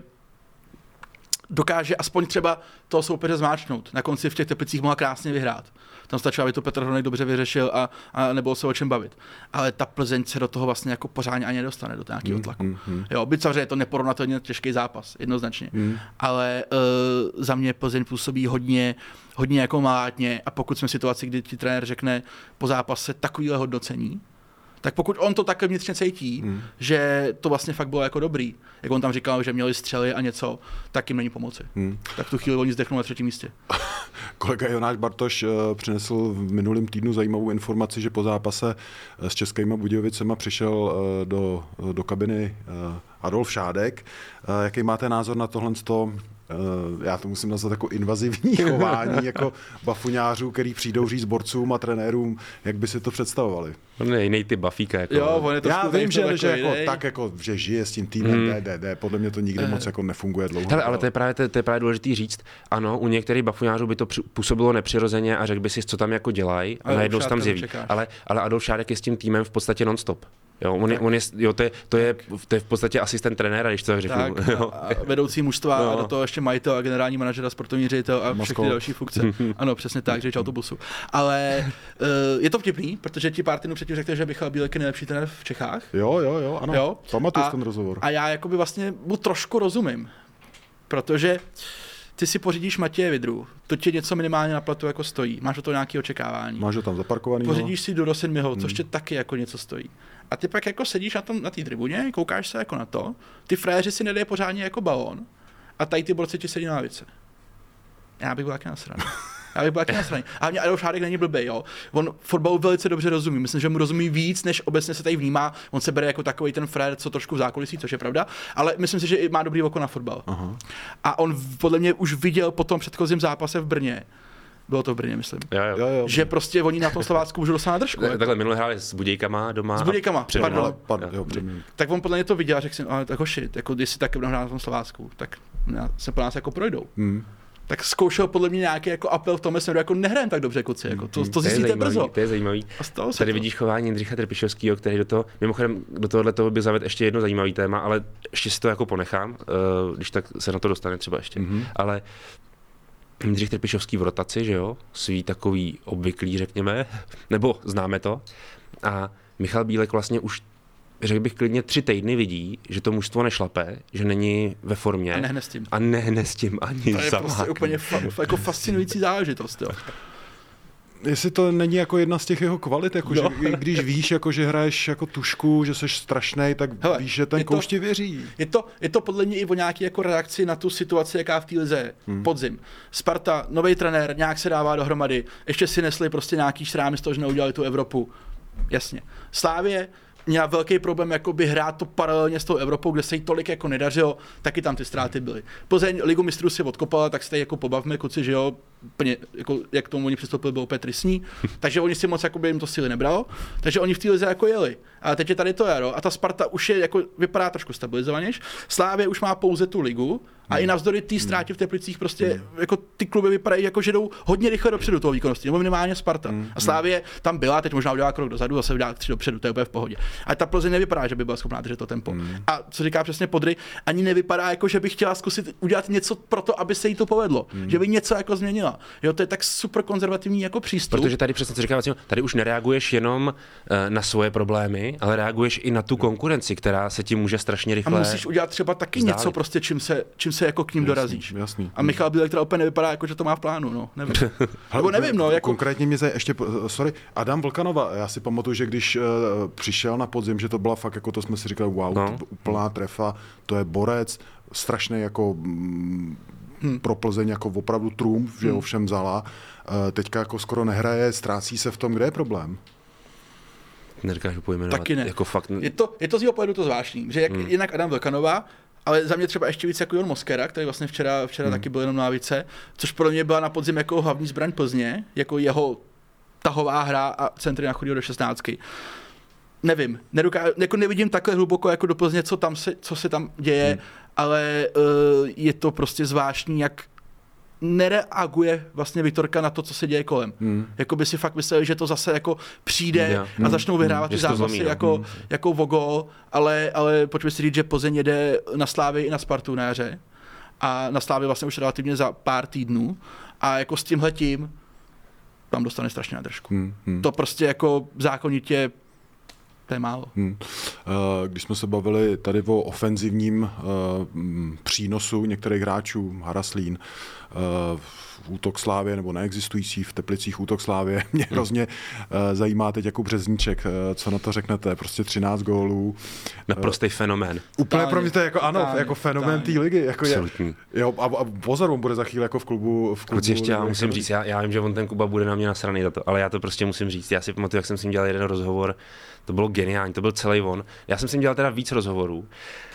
dokáže aspoň třeba toho soupeře zmáčknout. Na konci v těch Teplicích mohla krásně vyhrát. Tam stačilo, aby to Petr Hronek dobře vyřešil a, a nebylo se o čem bavit. Ale ta Plzeň se do toho vlastně jako pořádně ani nedostane, do nějakého tlaku. Mm, mm, mm. Jo, byť samozřejmě je to neporovnatelně těžký zápas, jednoznačně. Mm. Ale uh, za mě Plzeň působí hodně, hodně jako malátně a pokud jsme v situaci, kdy ti trenér řekne po zápase takovýhle hodnocení, tak pokud on to tak vnitřně cítí, hmm. že to vlastně fakt bylo jako dobrý, jak on tam říkal, že měli střely a něco, tak jim není pomoci. Hmm. Tak tu chvíli oni zdechnou na třetím místě. Kolega Jonáš Bartoš uh, přinesl v minulém týdnu zajímavou informaci, že po zápase s Českýma Budějovicema přišel uh, do, do kabiny uh, Adolf Šádek. Uh, jaký máte názor na tohle z toho? Uh, já to musím nazvat jako invazivní chování, jako bafuňářů, který přijdou říct borcům a trenérům, jak by si to představovali. On je jiný typ bafíka. Jako. Jo, on je to já vím, že, že jako, jako, tak jako, že žije s tím týmem, hmm. D D D, podle mě to nikdy uh. moc jako nefunguje dlouho. Hele, ale to je právě, to, to je právě důležitý říct, ano, u některých bafuňářů by to působilo nepřirozeně a řekl by si, co tam jako dělají a najednou se tam zjeví. Ale, ale Adolf Šádek je s tím týmem v podstatě non-stop. Jo, on je, on je, jo, to, je, to, je, to je v podstatě asistent trenéra, když to tak řeknu. Tak, a, a vedoucí mužstva no. a do toho ještě majitel a generální manažer a sportovní ředitel a Moskov. Všechny další funkce. Ano, přesně tak, řidič autobusu. Ale uh, je to vtipný, protože ti pár týdnů předtím řekli, že Michal Bílek je nejlepší trenér v Čechách. Jo, jo, jo, ano. Jo? Pamatuju ten rozhovor. A já jakoby vlastně mu trošku rozumím, protože ty si pořídíš Matěje Vidru, to ti něco minimálně na platu jako stojí, máš o to nějaké očekávání. Máš ho tam zaparkovaný. Pořídíš si do Rosinmiho, což tě taky jako něco stojí. A ty pak jako sedíš na tom na té tribuně, koukáš se jako na to, ty frajeři si nedají pořádně jako balón a tady ty borci ti sedí na lavice. Já bych byl taky nasraný. Já bych byl taky nasraný. A hlavně Adolf Šádek není blbej, jo. On fotbalu velice dobře rozumí. Myslím, že mu rozumí víc, než obecně se tady vnímá. On se bere jako takový ten frajer, co trošku v zákulisí, což je pravda, ale myslím si, že i má dobrý oko na fotbal. Aha. A on podle mě už viděl po tom předchozím zápase v Brně. Bylo to v Brně, myslím. Jo, jo. Jo, jo. Že prostě oni na tom Slovácku můžou dostat na držku. Ne, takhle minule hráli s Budějkama doma. S Budějkama, pardon. pardon jo, tak on podle mě to viděl a řekl si, ale jako shit, jako když si taky budou hrát na tom Slovácku, tak se po nás jako projdou. Hmm. Tak zkoušel podle mě nějaký jako apel v tom směru, jako nehrajem tak dobře, kluci, jako to, to zjistíte to brzo. To je zajímavý. Tady to. Vidíš chování Jindřicha Trpišovského, který do toho, mimochodem do tohohle toho by zavedl ještě jedno zajímavý téma, ale ještě si to jako ponechám, uh, když tak se na to dostane třeba ještě. Mm-hmm. Ale Jindřich Trpišovský v rotaci, že jo, svý takový obvyklý, řekněme, nebo známe to. A Michal Bílek vlastně už, řekl bych klidně, tři týdny vidí, že to mužstvo nešlape, že není ve formě. A nehne s tím. A nehne s tím ani to je zamák. prostě úplně fa- jako fascinující záležitost, jo. Jestli to není jako jedna z těch jeho kvalit, jako no. že když víš, jako, že hraješ jako tušku, že jsi strašnej, tak hele, víš, že ten kouš ti věří. Je to, je to podle mě i o nějaký jako reakci na tu situaci, jaká v té lize hmm. podzim. Sparta, nový trenér, nějak se dává dohromady, ještě si nesli prostě nějaký šrámy z toho, že neudělali tu Evropu. Jasně. Slávie měla velký problém jakoby hrát to paralelně s tou Evropou, kde se jí tolik jako nedařilo, taky tam ty ztráty byly. Plzeň Ligu mistrů si odkopala, tak se tady jako pobavme, kluci, že jo, plně, jako, jak k tomu oni přistoupili, bylo úplně tristní, takže oni si moc jakoby jim to síly nebralo, takže oni v té lize jako jeli. Ale teď je tady to jaro a ta Sparta už je jako vypadá trošku stabilizovanější. Slávě už má pouze tu ligu a hmm. i navzdory té ztrátě v Teplicích prostě hmm. jako ty kluby vypadají jako, že jdou hodně rychle dopředu toho výkonnosti, nebo minimálně Sparta. Hmm. A Slávě tam byla, teď možná udělá krok dozadu, zase udělá tři dopředu, to je úplně v pohodě. A ta Plzeň nevypadá, že by byla schopná držet to tempo. Hmm. A co říká přesně Podry, ani nevypadá jako, že by chtěla zkusit udělat něco pro to, aby se jí to povedlo, hmm. že by něco jako změnila. Jo, to je tak super konzervativní jako přístup. Protože tady přesně co říká, tady už nereaguješ jenom na svoje problémy, ale reaguješ i na tu konkurenci, která se ti může strašně rychle. A musíš udělat třeba taky vzdálit. Něco prostě, čím se, čím se jako k ním jasný, dorazíš. Jasný. A Michal Bílek teda úplně nevypadá jako, že to má v plánu, no, nevím. Nebo nevím, no, jako... Konkrétně mě zajímá, ještě, sorry, Adam Vlkanova, já si pamatuju, že když uh, přišel na podzim, že to byla fakt, jako to jsme si říkali, wow, no. to úplná trefa, to je borec, strašný jako mm, hmm. pro Plzeň jako opravdu trumf, že ho všem vzala. Uh, teďka jako skoro nehraje, ztrácí se v tom, kde je problém? Nedokážu pojmenovat. Taky ne. Jako fakt... Je to, je to z jeho pohledu to zvláštní, že jak, hmm. jinak Adam Vlkanova, ale za mě třeba ještě víc jako Jon Moskera, který vlastně včera, včera hmm. taky byl jenom na lavice, což pro mě byla na podzim jako hlavní zbraň Plzně, jako jeho tahová hra a centry na chodil do šestnáctky. Nevím, nedoká, jako nevidím takhle hluboko jako do Plzně, co, tam se, co se tam děje, hmm. ale uh, je to prostě zvláštní, jak nereaguje vlastně Viktorka na to, co se děje kolem. Hmm. Jako by si fakt mysleli, že to zase jako přijde yeah. a začnou vyhrávat hmm. ty zápasy zlomí, jako, hmm. jako o gól, ale, ale pojďme si říct, že Plzeň jede na Slávy i na Spartu na jaře a na Slávy vlastně už relativně za pár týdnů a jako s tímhletím tam dostane strašně na držku. Hmm. Hmm. To prostě jako zákonitě to je málo. Hmm. Když jsme se bavili tady o ofenzivním přínosu některých hráčů, Haraslín, útok Slávě, nebo neexistující v Teplicích útok Slávě, mě hrozně zajímá teď jako Březníček, co na to řeknete, prostě třináct gólů. Naprostý fenomén. Úplně pro mě to je jako, ano, tání, jako fenomén té ligy. Jako je, jo, a, a pozor, on bude za chvíli jako v klubu. V klubu Kluci, ještě já musím říct, já, já vím, že on ten Kuba bude na mě nasraný za to, ale já to prostě musím říct. Já si pamatuju, jak jsem s ním dělal jeden rozhovor, to bylo geniální, to byl celý on. Já jsem s ním dělal teda víc rozhovorů,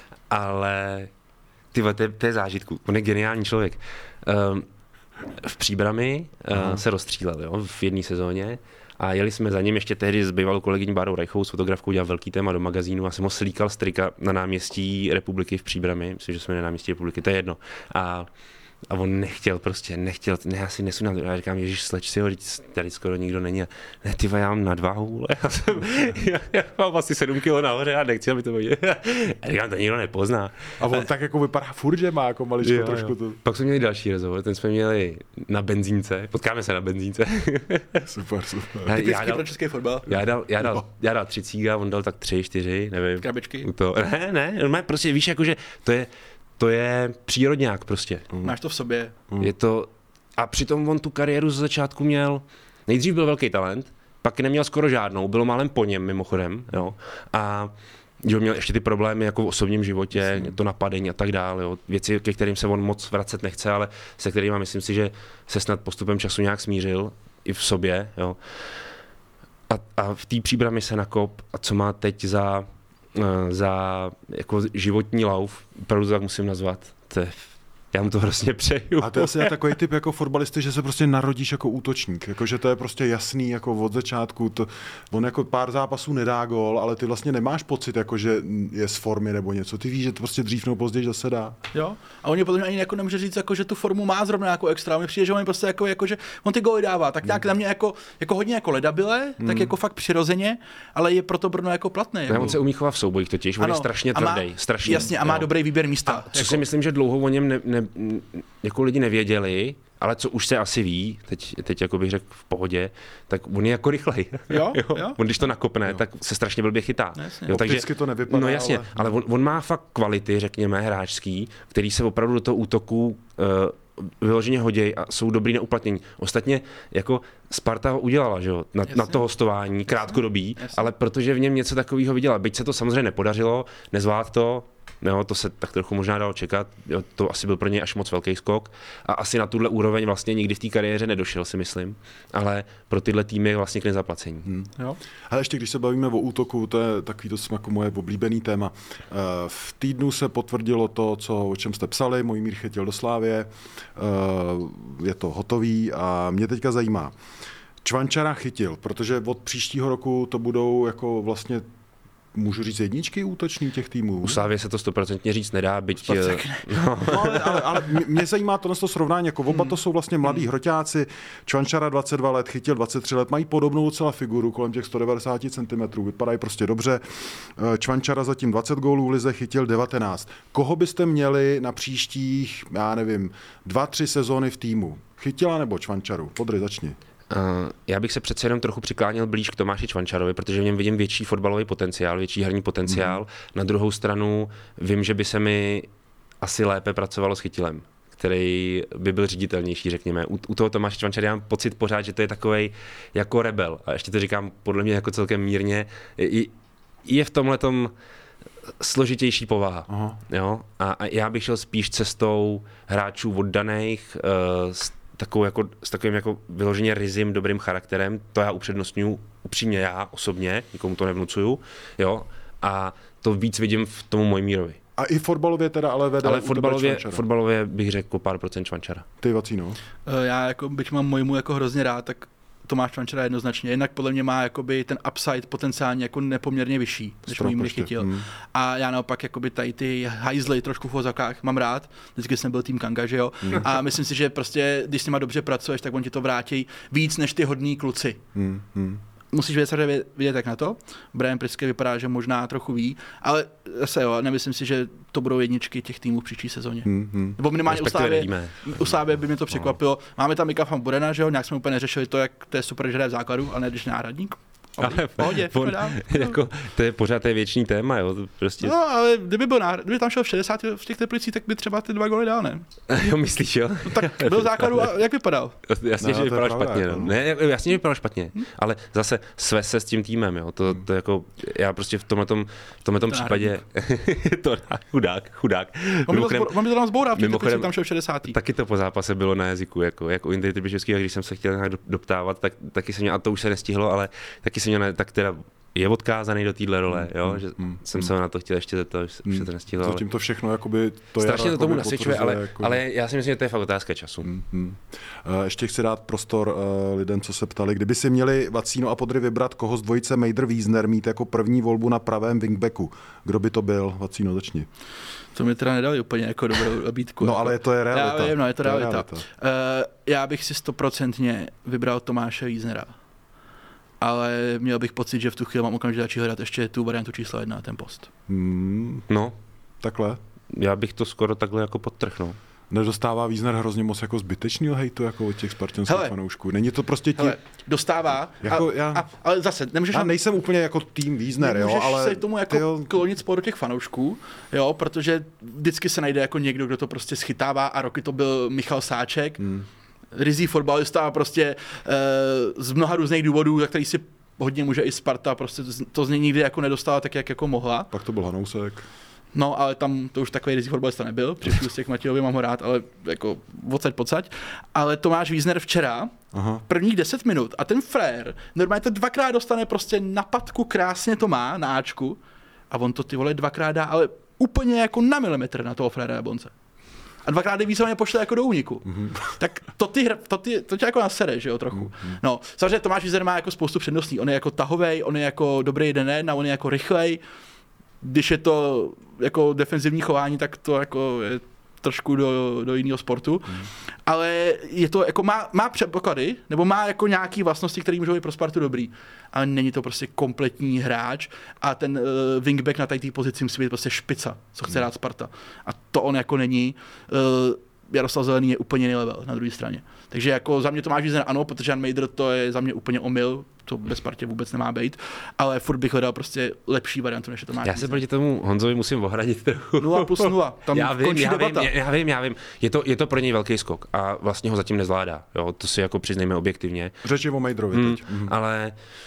ale ty to, to je zážitku, on je geniální člověk. Um, v Příbrami uh, se rozstřílel, jo, v jedné sezóně a jeli jsme za ním ještě tehdy s bývalou kolegyní Bárou Rajchovou, s fotografkou, dělal velký téma do magazínu a jsem ho slíkal z trika na náměstí Republiky v Příbrami, myslím, že jsme na náměstí Republiky, to je jedno. A A on nechtěl prostě, nechtěl, ne, já si nesu na to. Já říkám, ježiš, sleč si ho, tady skoro nikdo není. A ne, ty já mám nadváhu, já, jsem, já, já mám asi sedm kilo nahoře a nechci, aby to bylo. Já říkám, to nikdo nepozná. A on a, tak jako vypadá furt, že má jako maličko jo, trošku to. Pak jsme měli další rozhovor, ten jsme měli na benzínce, potkáme se na benzínce. Super, super. Typický pro český fotbal. Já dal, já dal, já dal tři cíga, on dal tak tři, čtyři, nevím. Krabičky. To, ne, ne, prostě víš, jakože to je, To je přírodňák prostě. Máš to v sobě. Je to, a přitom on tu kariéru ze začátku měl, nejdřív byl velký talent, pak neměl skoro žádnou, bylo málem po něm mimochodem, jo. A že měl ještě ty problémy jako v osobním životě, to napadení a tak dále, jo. Věci, ke kterým se on moc vracet nechce, ale se kterými myslím si, že se snad postupem času nějak smířil i v sobě, jo. A, a v té Příbrami se nakop a co má teď za za jako životní lauf, opravdu tak musím nazvat. To je, já mu to hrozně přeju. A to je asi takový typ jako fotbalisty, že se prostě narodíš jako útočník, jako že to je prostě jasný jako od začátku. To, on jako pár zápasů nedá gól, ale ty vlastně nemáš pocit, jako že je z formy nebo něco. Ty víš, že to prostě dřív nebo později zase dá. Jo. A on je potom ani jako nemůže říct, jako, že tu formu má zrovna jako extra. Mně přijde, že on prostě jako, jako, že on ty góly dává. Tak nějak hmm. na mě jako, jako hodně jako ledabile, hmm. tak jako fakt přirozeně, ale je proto Brno jako platný. Jako. On se umí chovat v soubojích totiž, on ano. je strašně tvrdý, strašně. Jasně, a má jo. dobrý výběr místa. A co jako... si myslím, že dlouho o něm ne, ne, jako lidi nevěděli, ale co už se asi ví, teď, teď jako bych řekl v pohodě, tak on je jako rychlej. Jo, jo. jo. On když to nakopne, jo. tak se strašně blbě chytá. Jo, takže to nevypadá. No jasně, ale, ale on, on má fakt kvality, řekněme, hráčský, který se opravdu do toho útoku uh, vyloženě hoděj a jsou dobrý na uplatnění. Ostatně jako Sparta ho udělala, že jo, na, na to hostování, krátkodobí, ale protože v něm něco takového viděla. Byť se to samozřejmě nepodařilo, nezvlád to, Jo, to se tak trochu možná dalo čekat, jo, to asi byl pro něj až moc velký skok a asi na tuhle úroveň vlastně nikdy v té kariéře nedošel, si myslím, ale pro tyhle týmy je vlastně k nezaplacení. Hmm. Jo. Ale ještě když se bavíme o útoku, to je takový to jako moje oblíbený téma. V týdnu se potvrdilo to, co, o čem jste psali, Mojmír Chytil do Slávie, je to hotový a mě teďka zajímá. Čvančara Chytil, protože od příštího roku to budou jako vlastně můžu říct jedničky útoční těch týmů? U Slávie se to stoprocentně říct nedá, byť... No. No, ale, ale, ale mě zajímá to, to srovnání, jako oba to jsou vlastně mladí hroťáci, Čvančara dvacet dva let, Chytil dvacet tři let, mají podobnou docela figuru, kolem těch sto devadesát centimetrů, vypadají prostě dobře. Čvančara zatím dvacet gólů v lize, Chytil devatenáct. Koho byste měli na příštích, já nevím, dva, tři sezóny v týmu? Chytila nebo Čvančaru? Podry, začni. Uh, já bych se přece jenom trochu přiklánil blíž k Tomáši Čvančarovi, protože v něm vidím větší fotbalový potenciál, větší herní potenciál. Mm. Na druhou stranu vím, že by se mi asi lépe pracovalo s Chytilem, který by byl ředitelnější, řekněme. U, u toho Tomáše Čvančara mám pocit pořád, že to je takovej jako rebel. A ještě to říkám podle mě jako celkem mírně. Je, je v tomhletom složitější povaha. Aha. Jo? A, a já bych šel spíš cestou hráčů oddaných, uh, Takovou jako, s takovým jako vyloženě ryzím, dobrým charakterem, to já upřednostňuji upřímně já osobně, nikomu to nevnucuju, jo, a to víc vidím v tomu Mojmírovi. A i fotbalově teda ale vede ale fotbalově, fotbalově bych řekl pár procent Čvančara. Ty Vacíno? Já jako, byť mám Mojmu jako hrozně rád, tak Tomáš Čvančara jednoznačně. Jednak podle mě má jakoby ten upside potenciálně jako nepoměrně vyšší, než Mojmír prostě. Chytil. Hmm. A já naopak jakoby tady ty hajzly trošku v vozakách mám rád. Vždycky jsem byl tým Kanga, že jo. Hmm. A myslím si, že prostě, když s nima dobře pracuješ, tak on ti to vrátí víc než ty hodní kluci. Hmm. Hmm. Musíš vědět, vidět jak na to. Brian Priske vypadá, že možná trochu ví, ale zase jo, nemyslím si, že to budou jedničky těch týmů v příští sezóně. Hmm, hmm. Nebo minimálně u Slávie, u Slávie by mě to překvapilo. Máme tam Mika van Burena, že jo, nějak jsme úplně neřešili to, jak to je super, že hraje v základu, ale ne když náhradník. Ale pohodě, on, jako, to je pořád to je věčný téma, jo. To prostě... No, ale kdyby byl náhrad, kdyby tam šel v šedesáti v těch Teplicích, tak by třeba ty dva góly dal, ne? Jo, myslíš, jo? No, tak byl v základu a jak vypadal? Jasně, no, že vypadal špatně, no. Ne, jasně, že vypadal špatně, hm? Ale zase sve se s tím týmem, jo. To, to jako, já prostě v tomhletom, v tomhletom případě, to chudák, chudák. On by to tam zboural v těch Teplicích, tam šel v šedesáti Taky to po zápase bylo na jazyku, jako, jako u Indie Trpišovského, když jsem se chtěl nějak doptávat, tak taky jsem měl, a to už se nestihlo, ale taky jsem měl, tak teda je odkázaný do téhle role, jo? Že mm, jsem mm. se na to chtěl ještě zeptat, že mm. se to nestihlo. Co tím to všechno, jakoby, to strašně to tomu nasvědčuje, ale, jako... ale já si myslím, že to je fakt otázka času. Mm, mm. Uh, ještě chci dát prostor uh, lidem, co se ptali. Kdyby si měli Vacíno a Podry vybrat, koho z dvojice Mejdr-Wiesner mít jako první volbu na pravém wingbacku, kdo by to byl? Vacíno, začni. To mi teda nedali úplně jako dobrou nabídku. No jako. ale to je realita. Já vím, no, je to, to realita. realita. Uh, já bych si stoprocentně vybral Tomáše Wiesnera. Ale měl bych pocit, že v tu chvíli mám okamžitě začít hledat ještě tu variantu číslo jedna, ten post. Hmm, no, takhle. Já bych to skoro takhle jako podtrhnul. Nedostává Wiesner hrozně moc jako zbytečného hejtu jako od těch spartanských fanoušků. Není to prostě ti... Hele, dostává, jako a, já... a, ale zase nemůžeš... Já nejsem úplně jako tým Wiesner, jo, ale... se tomu jako tyjo... klonit spolu do těch fanoušků, jo, protože vždycky se najde jako někdo, kdo to prostě schytává a roky to byl Michal Sáček, hmm. rizí fotbalista prostě e, z mnoha různých důvodů, za který si hodně může i Sparta, prostě to z něj nikdy jako nedostala tak, jak jako mohla. Pak to byl Hanousek. No, ale tam to už takový rizí fotbalista nebyl, přišel z těch Matějovi, mám ho rád, ale jako odsaď pocať. Ale Tomáš Wiesner včera, aha. prvních deset minut a ten frér, normálně to dvakrát dostane prostě na patku, krásně to má, na Ačku, a on to ty vole dvakrát dá, ale úplně jako na milimetr na toho fréra Jablonce. A dvakrát výslovně pošle jako do úniku. Mm-hmm. Tak to, ty, to, ty, to tě jako nasere, že jo, trochu. Mm-hmm. No, samozřejmě Tomáš Wiesner má jako spoustu předností. On je jako tahovej, on je jako dobrý jeden a on je jako rychlej. Když je to jako defenzivní chování, tak to jako je trošku do, do jiného sportu. Mm. Ale je to jako má, má předpoklady, nebo má jako nějaký vlastnosti, které můžou být pro Spartu dobrý. Ale není to prostě kompletní hráč a ten uh, wingback na té pozici musí být prostě špica, co chce dát Sparta. A to on jako není. Uh, Jaroslav Zelený je úplně jiný level na druhé straně. Takže jako za mě Tomáš Wiesner ano, protože Jan Mejdr to je za mě úplně omyl, to bez Spartě vůbec nemá být, ale furt bych hledal prostě lepší variantu, než je Tomáš Já se proti tomu Honzovi musím ohradit trochu. nula plus nula, tam já vím, končí já debata. Vím, já vím, já vím, je to, je to pro něj velký skok a vlastně ho zatím nezvládá, jo, to si jako přiznejme objektivně. Řeči o Mejdrovi hmm, teď. Hmm. Ale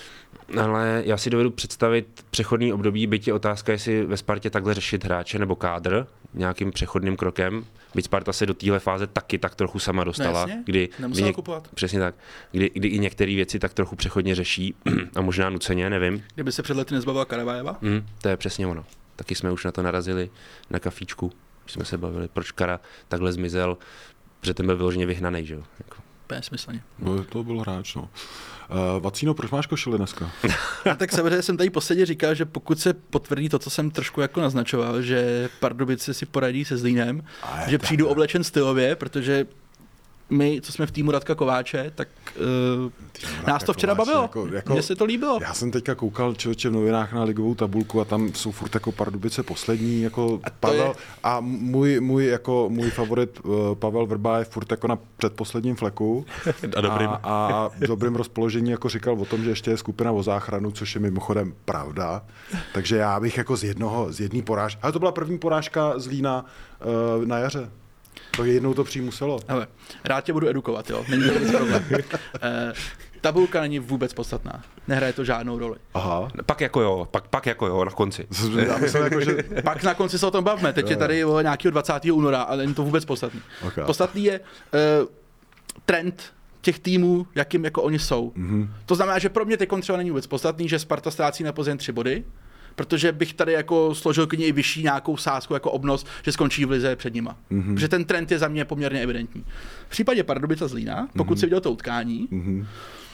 Ale já si dovedu představit přechodný období, byť je otázka, jestli ve Spartě takhle řešit hráče nebo kádr nějakým přechodným krokem. Byť Sparta se do téhle fáze taky tak trochu sama dostala, no kdy, kdy něk, kupovat. Přesně tak, kdy, kdy i některé věci tak trochu přechodně řeší a možná nuceně, nevím. Kdyby se před lety nezbavila Karavaeva? Mm, to je přesně ono. Taky jsme už na to narazili na kafíčku, když jsme se bavili, proč Kara takhle zmizel, protože ten byl vyloženě vyhnaný, že jo. Jako. Smyslně. No, to byl hráč, no. Uh, Vacíno, proč máš košili dneska? A tak samozřejmě jsem tady posledně říkal, že pokud se potvrdí to, co jsem trošku jako naznačoval, že Pardubice si poradí se Zlínem, že přijdu oblečen stylově, protože my, co jsme v týmu Radka Kováče, tak uh, nás to včera bavilo. Jako, jako, Mně se to líbilo. Já jsem teďka koukal člověče v novinách na ligovou tabulku a tam jsou furt jako Pardubice poslední, jako a Pavel je... a můj, můj, jako, můj favorit uh, Pavel Vrba je furt jako na předposledním fleku a, dobrým. a, a v dobrým rozpoložení jako říkal o tom, že ještě je skupina o záchranu, což je mimochodem pravda. Takže já bych jako z jednoho, z jedné porážky, ale to byla první porážka Zlína uh, na jaře. To jednou to přimuselo. Ale rád tě budu edukovat, jo. Není to nic problém. Eh, tabulka není vůbec podstatná. Nehraje to žádnou roli. Aha. Pak jako jo, pak, pak jako jo, na konci. Já myslím, jako, že... Pak na konci se o tom bavíme. Teď je tady o, nějakého dvacátého února, ale není to vůbec podstatný. Okay. Podstatný je uh, trend těch týmů, jakým jako oni jsou. Mm-hmm. To znamená, že pro mě teď třeba není vůbec podstatný, že Sparta ztrácí na Plzeň tři body, protože bych tady jako složil k něj vyšší nějakou sázku jako obnos, že skončí v lize před nima. Mm-hmm. Protože ten trend je za mě poměrně evidentní. V případě Pardubice Zlína, pokud mm-hmm. si viděl to utkání, mm-hmm.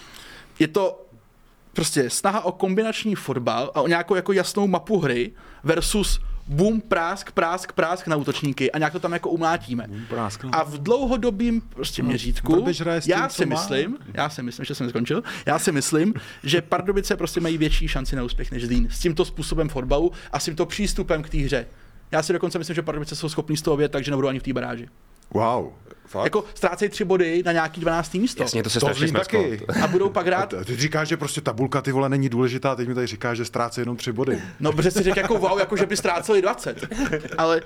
je to prostě snaha o kombinační fotbal a o nějakou jako jasnou mapu hry versus bum, prásk, prásk, prásk na útočníky a nějak to tam jako umlátíme. Prásk, no. A v dlouhodobým prostě no, měřítku, já si myslím, já si myslím, že jsem neskončil, já si myslím, že Pardubice prostě mají větší šanci na úspěch než Zlín s tímto způsobem fotbalu a s tímto přístupem k té hře. Já si dokonce myslím, že Pardubice jsou schopní z toho vědět, takže nebudou ani v té baráži. Wow. Fakt? Jako ztrácejí tři body na nějaký dvanáctý místo. Jasně, to se strašně taky. A budou pak hrát. A ty říkáš, že prostě tabulka ty vole není důležitá, teď mi tady říkáš, že ztrácí jenom tři body. No, protože si řekl jako wow, jako že by ztráceli dvacet. Ale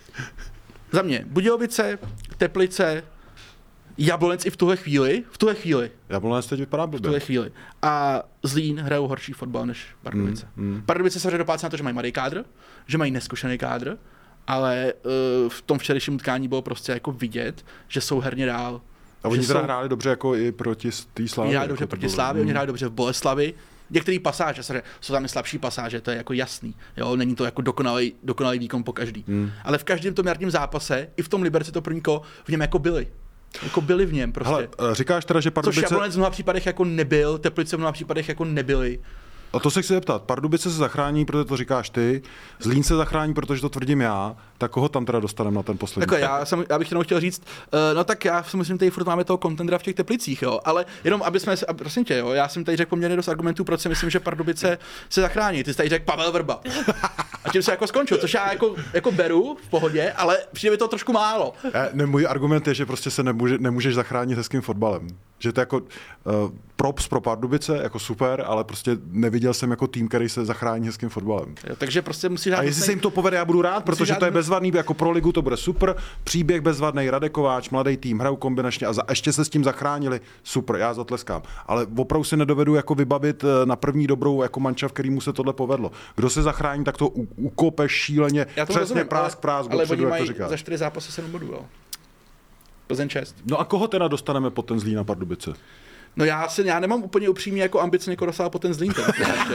za mě Budějovice, Teplice, Jablonec i v tuhle chvíli, v tuhle chvíli. Jablonec teď vypadá blbě. V tuhle chvíli. A Zlín hrajou horší fotbal než Pardubice. Mm, mm. Pardubice se doplácí na to, že mají mladý kádr, že mají neskušený kádr, ale uh, v tom včerejším utkání bylo prostě jako vidět, že jsou herně dál. A oni teda jsou... hráli dobře jako i proti té Slávy. Oni hráli dobře jako proti Slávy, mm. oni hráli dobře v Boleslavi. Některé pasáže, jsou tam i slabší pasáže, to je jako jasný. Jo? Není to jako dokonalý, dokonalý výkon po každý. Mm. Ale v každém tom jarním zápase, i v tom Liberci to první kolo, v něm jako byli. Jako byli v něm prostě. Hele, říkáš teda, že Pardubice... Což Jablonec v mnoha případech jako nebyl, Teplice v mnoha případech jako nebyli. A to se chci zeptat, Pardubice se zachrání, protože to říkáš ty, Zlín se zachrání, protože to tvrdím já, tak koho tam teda dostaneme na ten poslední? Tak já, jsem, já bych jenom chtěl říct, uh, no tak já si myslím, že tady furt máme toho contendera v těch Teplicích, jo, ale jenom aby jsme, a prosím tě, jo, já jsem tady řekl poměrně dost argumentů, proč si myslím, že Pardubice se zachrání, ty jsi tady řekl Pavel Vrba. A tím se jako skončil, což já jako, jako beru v pohodě, ale přijde mi to trošku málo. Já, ne, můj argument je, že prostě se nemůže, nemůžeš zachránit hezkým fotbalem. Že to je jako uh, props pro Pardubice, jako super, ale prostě neviděl jsem jako tým, který se zachrání hezkým fotbalem. Jo, takže prostě musíš. A jestli se jim to povede, já budu rád, protože to je bezvadný, jako pro ligu to bude super. Příběh bezvadný, Radek Kováč, mladý tým, hrajou kombinačně a za, ještě se s tím zachránili, super, já zatleskám. Ale opravdu si nedovedu jako vybavit na první dobrou jako mančav, kterýmu se tohle povedlo. Kdo se zachrání, tak to u, ukopeš šíleně, přesně rozumím, prásk, prásk, ale dopředu, oni jak to říkáš. za čtyři zápasy sedm bodů, jo. Plzeň šest. No a koho teda dostaneme pod ten Zlín na Pardubice? No já si, já nemám úplně upřímně jako ambice někoho dosáhnout po ten Zlín.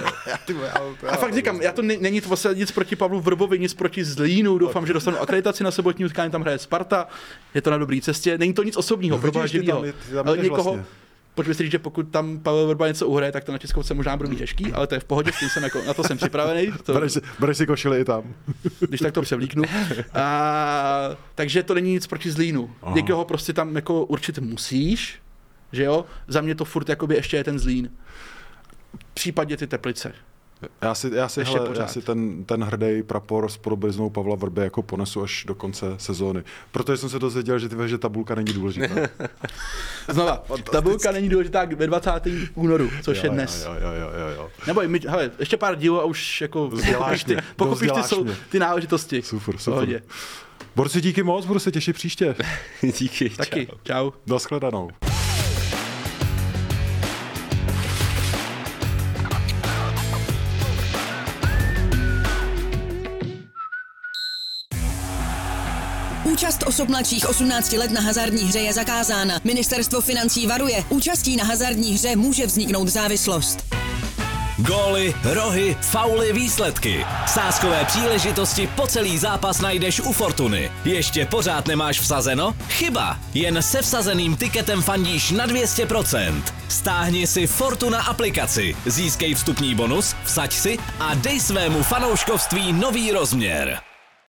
A fakt říkám, já to n- není to vlastně nic proti Pavlu Vrbovi, nic proti Zlínu, doufám, že dostanu akreditaci na sobotní utkání, tam hraje Sparta, je to na dobré cestě, není to nic osobního, no, provážděného, ale někoho, vlastně. Pojďme si říct, že pokud tam Pavel Vrba něco uhraje, tak to na tiskovce možná bude mít těžký, ale to je v pohodě, s tím jsem jako, na to jsem připravený. To, bereš, si, bereš si košili i tam. Když tak to převlíknu. A, takže to není nic proti Zlínu. Aha. Někoho prostě tam jako určitě musíš, že jo? Za mě to furt jakoby ještě je ten Zlín. V případě ty Teplice. Já si, já si, hele, já si ten, ten hrdý prapor s podobiznou Pavla Vrby jako ponesu až do konce sezóny. Protože jsem se dozvěděl, že, ty, že tabulka není důležitá. Znova, tabulka není důležitá ve dvacátého únoru, což jo, je dnes. Jo, jo, jo, jo, jo. Neboj, my, hele, ještě pár dílů a už jako pochopíš ty, pochopíš ty, jsou, ty náležitosti. Super, super. Borci, díky moc, budu se těšit příště. Díky, taky, čau. čau. Naschledanou. Účast osob mladších osmnácti let na hazardní hře je zakázána. Ministerstvo financí varuje, účastí na hazardní hře může vzniknout závislost. Góly, rohy, fauly, výsledky. Sázkové příležitosti po celý zápas najdeš u Fortuny. Ještě pořád nemáš vsazeno? Chyba! Jen se vsazeným tiketem fandíš na dvě stě procent. Stáhni si Fortuna aplikaci, získej vstupní bonus, vsaď si a dej svému fanouškovství nový rozměr.